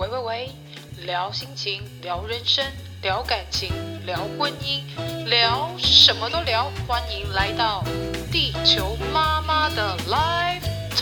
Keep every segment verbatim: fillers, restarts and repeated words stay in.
喂喂喂，聊心情，聊人生，聊感情，聊婚姻，聊什么都聊。欢迎来到地球妈妈的 Live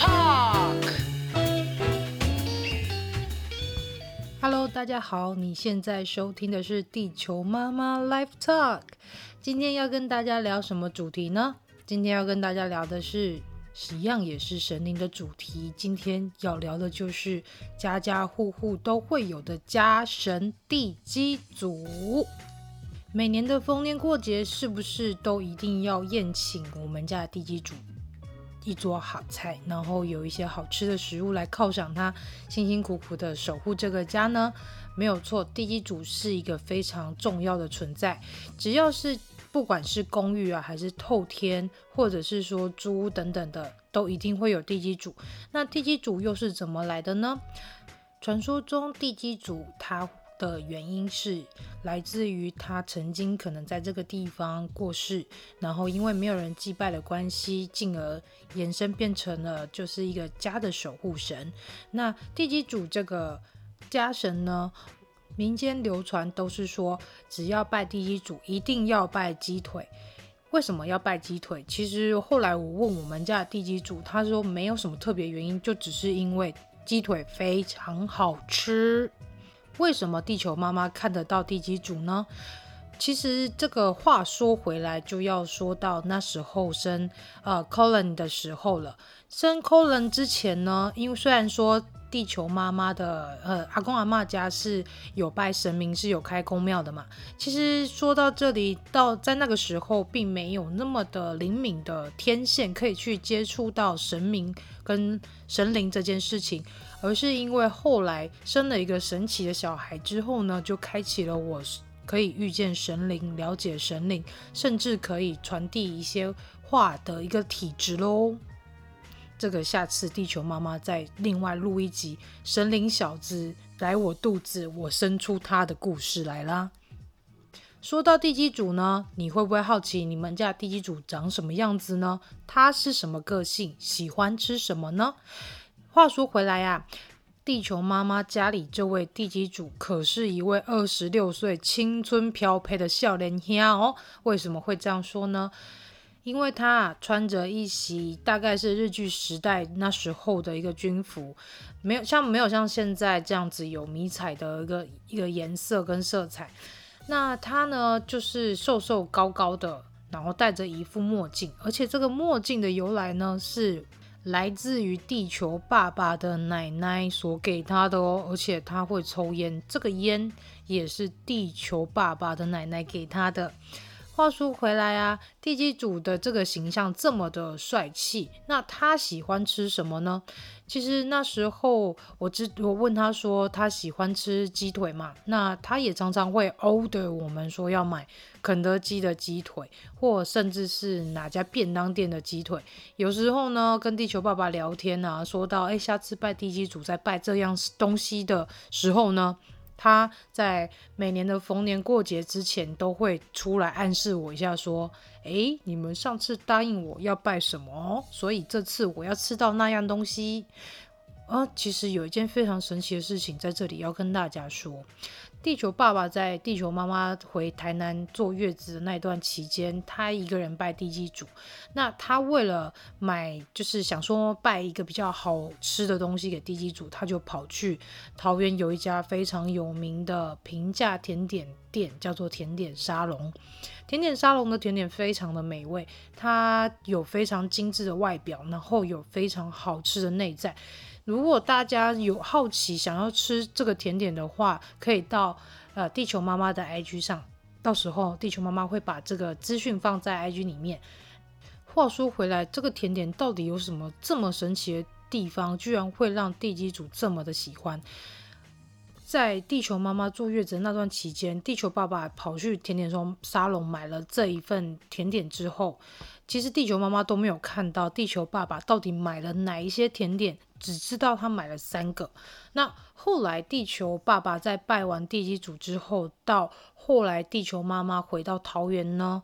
Talk。Hello， 大家好，你现在收听的是地球妈妈 Live Talk。今天要跟大家聊什么主题呢？今天要跟大家聊的是一样也是神灵的主题。今天要聊的就是家家户户都会有的家神地基主。每年的逢年过节是不是都一定要宴请我们家的地基主一桌好菜，然后有一些好吃的食物来犒赏他辛辛苦苦的守护这个家呢？没有错，地基主是一个非常重要的存在。只要是不管是公寓啊，还是透天，或者是说租屋等等的，都一定会有地基主。那地基主又是怎么来的呢？传说中地基主他的原因是来自于他曾经可能在这个地方过世，然后因为没有人祭拜的关系，进而延伸变成了就是一个家的守护神。那地基主这个家神呢，民间流传都是说，只要拜地基主一定要拜鸡腿。为什么要拜鸡腿？其实后来我问我们家的地基主，他说没有什么特别原因，就只是因为鸡腿非常好吃。为什么地球妈妈看得到地基主呢？其实这个话说回来，就要说到那时候生呃 Colin 的时候了。生 Colin 之前呢，因为虽然说地球妈妈的呃阿公阿嬷家是有拜神明，是有开公庙的嘛。其实说到这里，到在那个时候并没有那么的灵敏的天线可以去接触到神明跟神灵这件事情，而是因为后来生了一个神奇的小孩之后呢，就开启了我可以遇见神灵、了解神灵，甚至可以传递一些话的一个体质咯。这个下次地球妈妈再另外录一集神灵小子来我肚子，我生出他的故事来啦。说到地基主呢，你会不会好奇你们家地基主长什么样子呢？他是什么个性？喜欢吃什么呢？话说回来啊，地球妈妈家里这位地基主可是一位二十六岁青春飘配的少年兄哦。为什么会这样说呢？因为他、啊、穿着一袭大概是日据时代那时候的一个军服，没有像没有像现在这样子有迷彩的一个一个颜色跟色彩。那他呢，就是瘦瘦高高的，然后戴着一副墨镜，而且这个墨镜的由来呢，是来自于地球爸爸的奶奶所给他的哦，而且他会抽烟，这个烟也是地球爸爸的奶奶给他的。话说回来啊，地基主的这个形象这么的帅气，那他喜欢吃什么呢？其实那时候我知我问他说他喜欢吃鸡腿嘛，那他也常常会 order 我们说要买肯德基的鸡腿，或甚至是哪家便当店的鸡腿。有时候呢，跟地球爸爸聊天啊，说到哎，下次拜地基主在拜这样东西的时候呢，他在每年的逢年过节之前都会出来暗示我一下说，诶，你们上次答应我要拜什么，所以这次我要吃到那样东西。呃，其实有一件非常神奇的事情在这里要跟大家说。地球爸爸在地球妈妈回台南坐月子的那段期间，他一个人拜地基主。那他为了买，就是想说拜一个比较好吃的东西给地基主，他就跑去桃园有一家非常有名的平价甜点店，叫做甜点沙龙。甜点沙龙的甜点非常的美味，它有非常精致的外表，然后有非常好吃的内在。如果大家有好奇想要吃这个甜点的话，可以到呃地球妈妈的 I G 上，到时候地球妈妈会把这个资讯放在 I G 里面。话说回来，这个甜点到底有什么这么神奇的地方，居然会让地基主这么的喜欢？在地球妈妈坐月子那段期间，地球爸爸跑去甜点沙龙买了这一份甜点之后，其实地球妈妈都没有看到地球爸爸到底买了哪一些甜点，只知道他买了三个。那后来地球爸爸在拜完地基主之后，到后来地球妈妈回到桃园呢，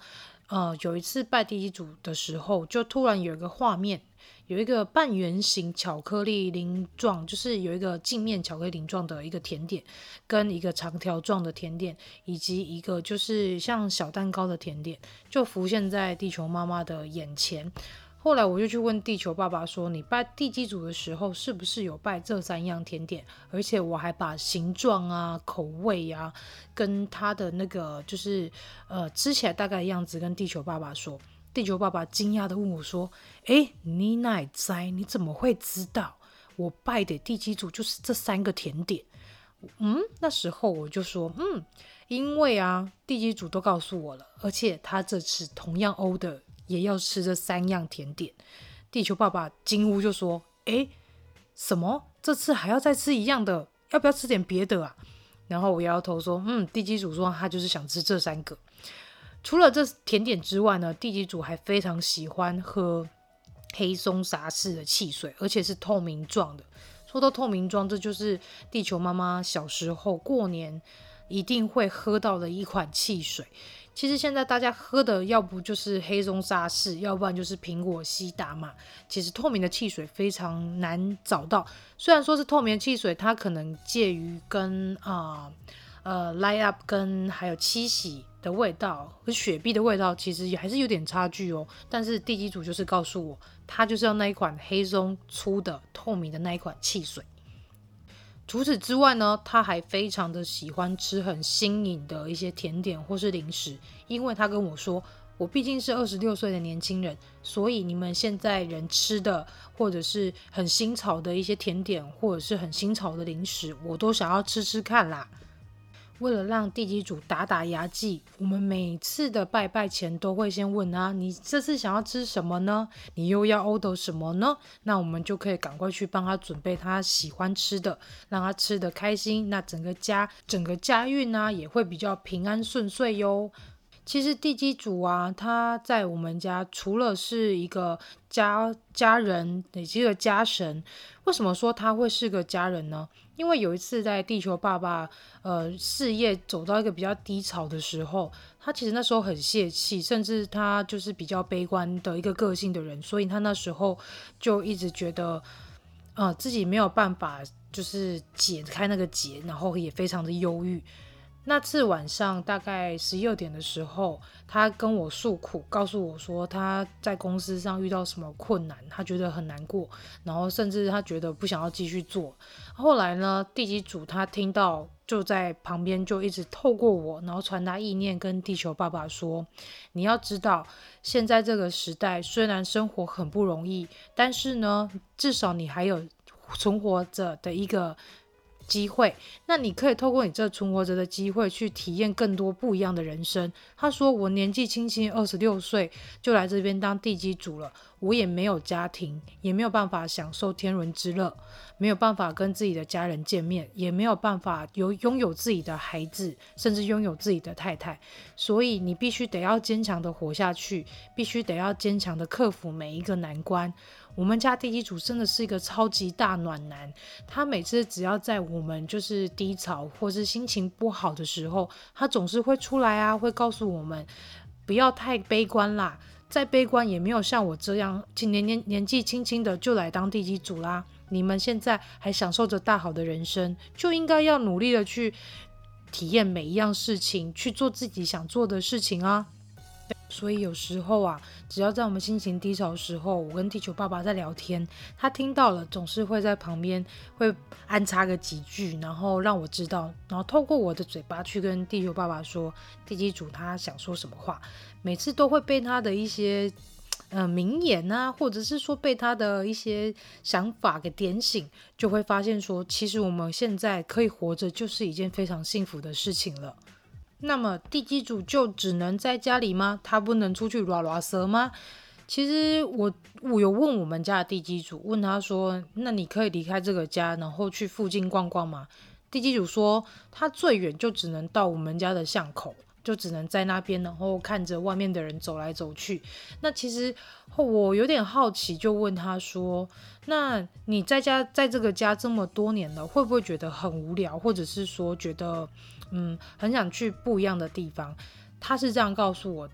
呃，有一次拜地基主的时候，就突然有一个画面，有一个半圆形巧克力鳞状，就是有一个镜面巧克力鳞状的一个甜点，跟一个长条状的甜点，以及一个就是像小蛋糕的甜点，就浮现在地球妈妈的眼前。后来我就去问地球爸爸说，你拜地基主的时候是不是有拜这三样甜点？而且我还把形状啊、口味啊，跟它的那个就是呃吃起来大概的样子跟地球爸爸说。地球爸爸惊讶的问我说，诶，你哪知？你怎么会知道我拜的地基主就是这三个甜点？嗯，那时候我就说，嗯，因为啊，地基主都告诉我了，而且他这次同样 order 也要吃这三样甜点。地球爸爸惊呼就说，诶，什么？这次还要再吃一样的？要不要吃点别的啊？然后我摇摇头说，嗯，地基主说他就是想吃这三个。除了这甜点之外呢，地基主还非常喜欢喝黑松沙士的汽水，而且是透明状的。说到透明状，这就是地球妈妈小时候过年一定会喝到的一款汽水。其实现在大家喝的要不就是黑松沙士，要不然就是苹果西打嘛。其实透明的汽水非常难找到，虽然说是透明的汽水，它可能介于跟啊呃, 呃 light up 跟还有七喜的味道和雪碧的味道其实也还是有点差距哦。但是地基主就是告诉我，他就是要那一款黑松粗的透明的那一款汽水。除此之外呢，他还非常的喜欢吃很新颖的一些甜点或是零食，因为他跟我说，我毕竟是二十六岁的年轻人，所以你们现在人吃的或者是很新潮的一些甜点或者是很新潮的零食，我都想要吃吃看啦。为了让地基主打打牙祭，我们每次的拜拜前都会先问啊，你这次想要吃什么呢？你又要 order 什么呢？那我们就可以赶快去帮他准备他喜欢吃的，让他吃得开心，那整个家整个家运啊也会比较平安顺遂哟。其实地基主啊，他在我们家除了是一个家家人，也是一个家神。为什么说他会是个家人呢？因为有一次在地球爸爸呃事业走到一个比较低潮的时候，他其实那时候很泄气，甚至他就是比较悲观的一个个性的人，所以他那时候就一直觉得呃自己没有办法就是解开那个结，然后也非常的忧郁。那次晚上大概十一二点的时候，他跟我诉苦，告诉我说他在公司上遇到什么困难，他觉得很难过，然后甚至他觉得不想要继续做。后来呢，地基主他听到就在旁边就一直透过我，然后传达意念跟地球爸爸说，你要知道现在这个时代虽然生活很不容易，但是呢至少你还有存活着的一个机会，那你可以透过你这存活着的机会去体验更多不一样的人生。他说我年纪轻轻二十六岁就来这边当地基主了，我也没有家庭，也没有办法享受天伦之乐，没有办法跟自己的家人见面，也没有办法有拥有自己的孩子，甚至拥有自己的太太。所以你必须得要坚强的活下去，必须得要坚强的克服每一个难关。我们家地基主真的是一个超级大暖男，他每次只要在我们就是低潮或是心情不好的时候，他总是会出来啊，会告诉我们不要太悲观啦，再悲观也没有像我这样年年年纪轻轻的就来当地基主啦。你们现在还享受着大好的人生，就应该要努力的去体验每一样事情，去做自己想做的事情啊。所以有时候啊，只要在我们心情低潮的时候，我跟地球爸爸在聊天，他听到了总是会在旁边会安插个几句，然后让我知道，然后透过我的嘴巴去跟地球爸爸说地基主他想说什么话。每次都会被他的一些呃名言啊，或者是说被他的一些想法给点醒，就会发现说其实我们现在可以活着就是一件非常幸福的事情了。那么地基主就只能在家里吗？他不能出去拉拉蛇吗？其实我我有问我们家的地基主，问他说，那你可以离开这个家，然后去附近逛逛吗？地基主说，他最远就只能到我们家的巷口，就只能在那边，然后看着外面的人走来走去。那其实我有点好奇，就问他说，那你在家在这个家这么多年了，会不会觉得很无聊，或者是说觉得嗯很想去不一样的地方？他是这样告诉我的，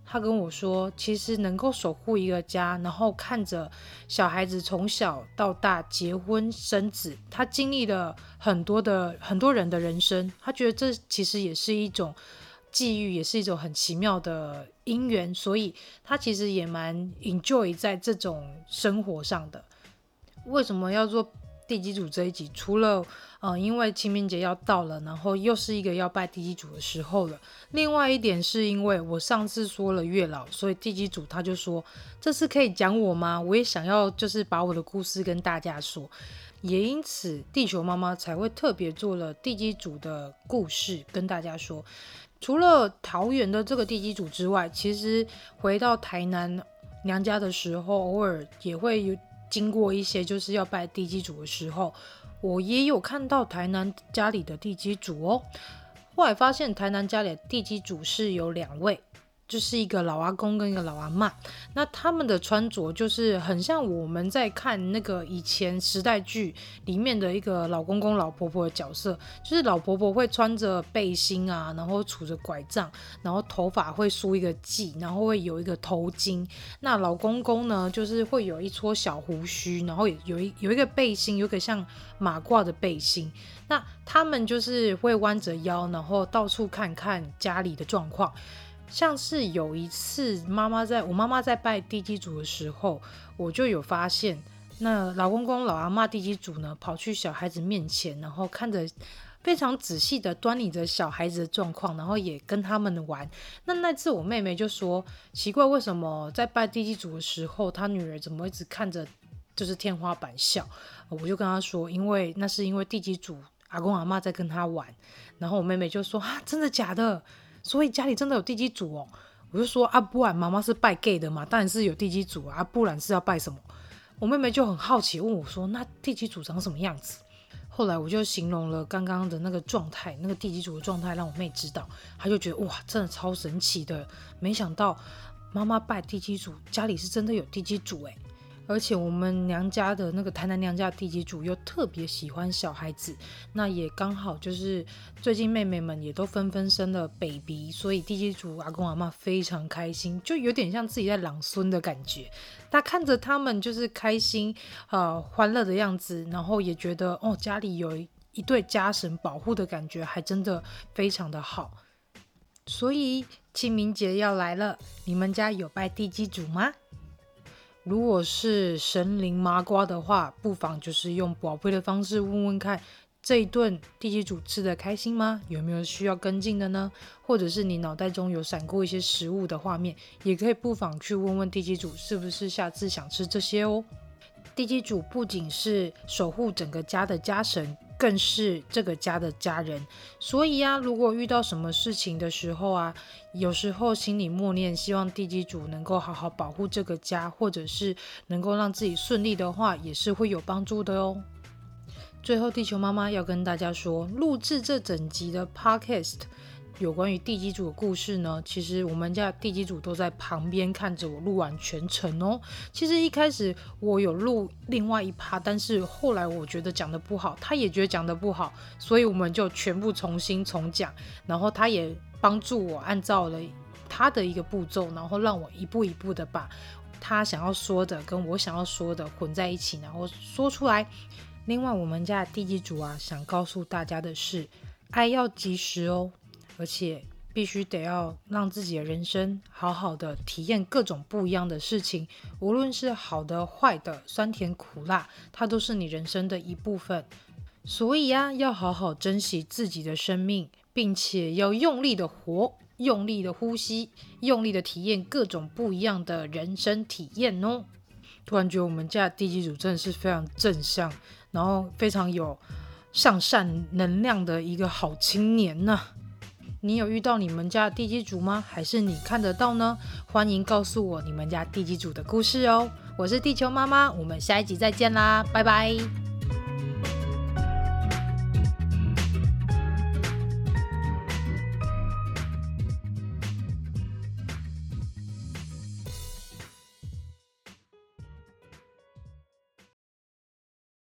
他跟我说，其实能够守护一个家，然后看着小孩子从小到大结婚生子，他经历了很多的很多人的人生，他觉得这其实也是一种际遇，也是一种很奇妙的因缘，所以他其实也蛮 enjoy 在这种生活上的。为什么要做地基主这一集？除了呃，因为清明节要到了，然后又是一个要拜地基主的时候了。另外一点是因为我上次说了月老，所以地基主他就说这次可以讲我吗？我也想要就是把我的故事跟大家说，也因此地球妈妈才会特别做了地基主的故事跟大家说。除了桃园的这个地基主之外，其实回到台南娘家的时候，偶尔也会有经过一些就是要拜地基主的时候，我也有看到台南家里的地基主哦。后来发现台南家里的地基主是有两位，就是一个老阿公跟一个老阿嬷。那他们的穿着就是很像我们在看那个以前时代剧里面的一个老公公老婆婆的角色，就是老婆婆会穿着背心啊，然后杵着拐杖，然后头发会梳一个髻，然后会有一个头巾。那老公公呢，就是会有一撮小胡须，然后有一有一个背心，有一个像马褂的背心。那他们就是会弯着腰，然后到处看看家里的状况。像是有一次妈妈在我妈妈在拜地基主的时候，我就有发现那老公公老阿嬷地基主呢跑去小孩子面前，然后看着非常仔细的端倪着小孩子的状况，然后也跟他们玩。那那次我妹妹就说奇怪，为什么在拜地基主的时候她女儿怎么一直看着就是天花板笑？我就跟她说，因为那是因为地基主阿公阿嬷在跟她玩。然后我妹妹就说啊，真的假的？所以家里真的有地基主哦。我就说啊，不然妈妈是拜 gay 的嘛，当然是有地基主啊，不然是要拜什么？我妹妹就很好奇问我说，那地基主长什么样子？后来我就形容了刚刚的那个状态，那个地基主的状态让我妹知道，她就觉得哇，真的超神奇的，没想到妈妈拜地基主，家里是真的有地基主耶。而且我们娘家的那个台南娘家的地基主又特别喜欢小孩子，那也刚好就是最近妹妹们也都纷纷生了 baby， 所以地基主阿公阿嬷非常开心，就有点像自己在养孙的感觉。他看着他们就是开心呃欢乐的样子，然后也觉得哦家里有一对家神保护的感觉，还真的非常的好。所以清明节要来了，你们家有拜地基主吗？如果是神灵麻瓜的话，不妨就是用宝贝的方式问问看，这一顿地基主吃得开心吗？有没有需要跟进的呢？或者是你脑袋中有闪过一些食物的画面，也可以不妨去问问地基主是不是下次想吃这些哦。地基主不仅是守护整个家的家神，更是这个家的家人。所以啊，如果遇到什么事情的时候啊，有时候心里默念希望地基主能够好好保护这个家，或者是能够让自己顺利的话，也是会有帮助的哦。最后地球妈妈要跟大家说，录制这整集的 podcast有关于地基主的故事呢，其实我们家的地基主都在旁边看着我录完全程哦。其实一开始我有录另外一趴，但是后来我觉得讲得不好，他也觉得讲得不好，所以我们就全部重新重讲，然后他也帮助我按照了他的一个步骤，然后让我一步一步的把他想要说的跟我想要说的混在一起，然后说出来。另外我们家的地基主啊，想告诉大家的是，爱要及时哦，而且必须得要让自己的人生好好的体验各种不一样的事情，无论是好的坏的酸甜苦辣，它都是你人生的一部分。所以啊，要好好珍惜自己的生命，并且要用力的活，用力的呼吸，用力的体验各种不一样的人生体验哦。突然觉得我们家的地基主真的是非常正向，然后非常有向善能量的一个好青年呢、啊。你有遇到你们家的地基主吗？还是你看得到呢？欢迎告诉我你们家地基主的故事哦。我是地球妈妈，我们下一集再见啦，拜拜。